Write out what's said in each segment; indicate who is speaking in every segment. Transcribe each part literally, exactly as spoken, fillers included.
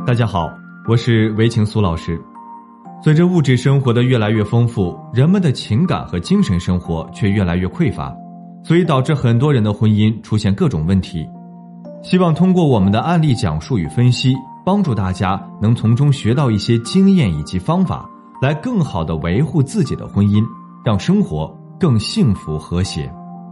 Speaker 1: 大家好，我是韦晴苏老师。随着物质生活的越来越丰富，人们的情感和精神生活却越来越匮乏，所以导致很多人的婚姻出现各种问题。希望通过我们的案例讲述与分析，帮助大家能从中学到一些经验以及方法，来更好地维护自己的婚姻，让生活更幸福和谐。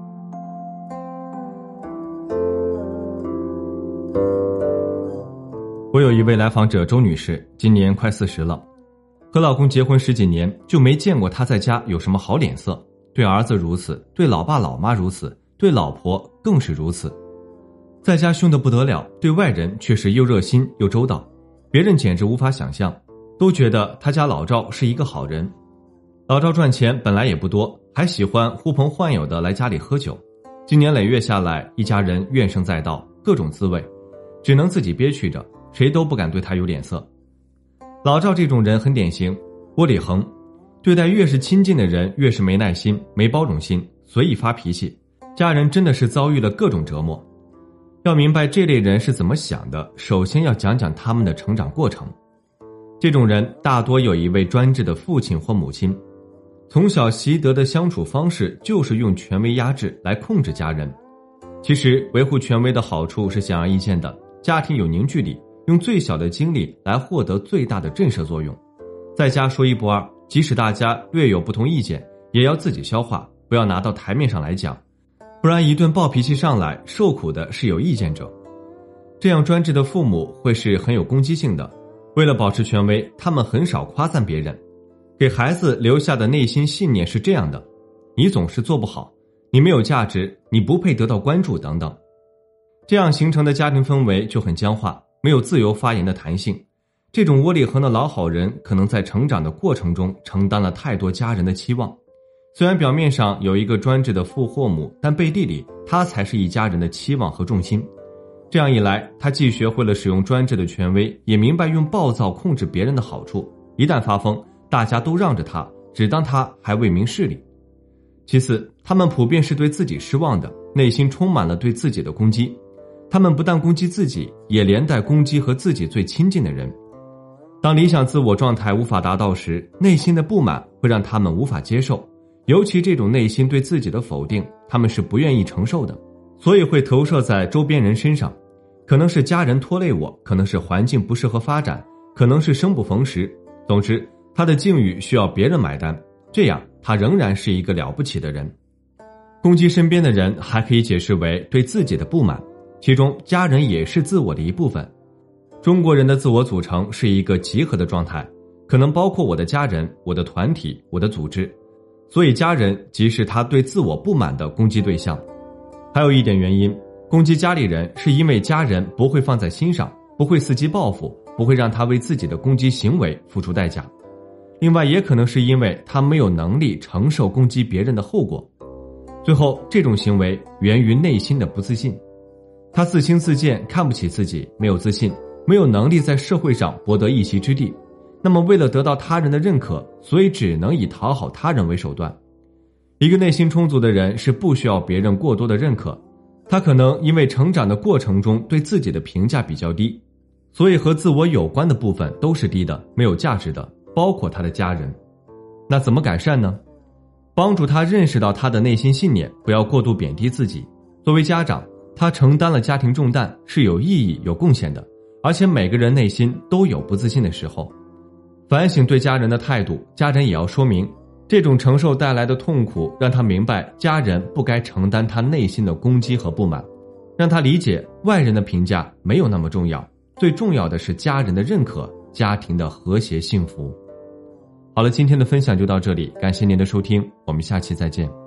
Speaker 1: 我有一位来访者周女士，今年快四十了，和老公结婚十几年，就没见过她在家有什么好脸色，对儿子如此，对老爸老妈如此，对老婆更是如此。在家凶得不得了，对外人却是又热心又周到，别人简直无法想象，都觉得他家老赵是一个好人。老赵赚钱本来也不多，还喜欢呼朋唤友的来家里喝酒，经年累月下来，一家人怨声载道，各种滋味，只能自己憋屈着，谁都不敢对他有脸色。老赵这种人很典型，窝里横，对待越是亲近的人越是没耐心没包容心，随意发脾气，家人真的是遭遇了各种折磨。要明白这类人是怎么想的，首先要讲讲他们的成长过程。这种人大多有一位专制的父亲或母亲，从小习得的相处方式就是用权威压制来控制家人。其实维护权威的好处是显而易见的，家庭有凝聚力，用最小的精力来获得最大的震慑作用。在家说一不二，即使大家略有不同意见，也要自己消化，不要拿到台面上来讲，不然一顿暴脾气上来，受苦的是有意见者。这样专制的父母会是很有攻击性的，为了保持权威，他们很少夸赞别人，给孩子留下的内心信念是这样的：你总是做不好，你没有价值，你不配得到关注等等。这样形成的家庭氛围就很僵化，没有自由发言的弹性。这种窝里横的老好人可能在成长的过程中承担了太多家人的期望，虽然表面上有一个专制的父或母，但背地里他才是一家人的期望和重心。这样一来，他既学会了使用专制的权威，也明白用暴躁控制别人的好处，一旦发疯，大家都让着他，只当他还为民事理。其次，他们普遍是对自己失望的，内心充满了对自己的攻击。他们不但攻击自己，也连带攻击和自己最亲近的人。当理想自我状态无法达到时，内心的不满会让他们无法接受，尤其这种内心对自己的否定，他们是不愿意承受的，所以会投射在周边人身上。可能是家人拖累我，可能是环境不适合发展，可能是生不逢时，总之他的境遇需要别人买单，这样他仍然是一个了不起的人。攻击身边的人还可以解释为对自己的不满，其中家人也是自我的一部分。中国人的自我组成是一个集合的状态，可能包括我的家人、我的团体、我的组织，所以家人即是他对自我不满的攻击对象。还有一点原因，攻击家里人是因为家人不会放在心上，不会伺机报复，不会让他为自己的攻击行为付出代价。另外也可能是因为他没有能力承受攻击别人的后果。最后，这种行为源于内心的不自信，他自轻自贱，看不起自己，没有自信，没有能力在社会上博得一席之地。那么为了得到他人的认可，所以只能以讨好他人为手段。一个内心充足的人是不需要别人过多的认可，他可能因为成长的过程中对自己的评价比较低，所以和自我有关的部分都是低的，没有价值的，包括他的家人。那怎么改善呢？帮助他认识到他的内心信念，不要过度贬低自己。作为家长，他承担了家庭重担，是有意义有贡献的，而且每个人内心都有不自信的时候。反省对家人的态度，家人也要说明这种承受带来的痛苦，让他明白家人不该承担他内心的攻击和不满，让他理解外人的评价没有那么重要，最重要的是家人的认可，家庭的和谐幸福。好了，今天的分享就到这里，感谢您的收听，我们下期再见。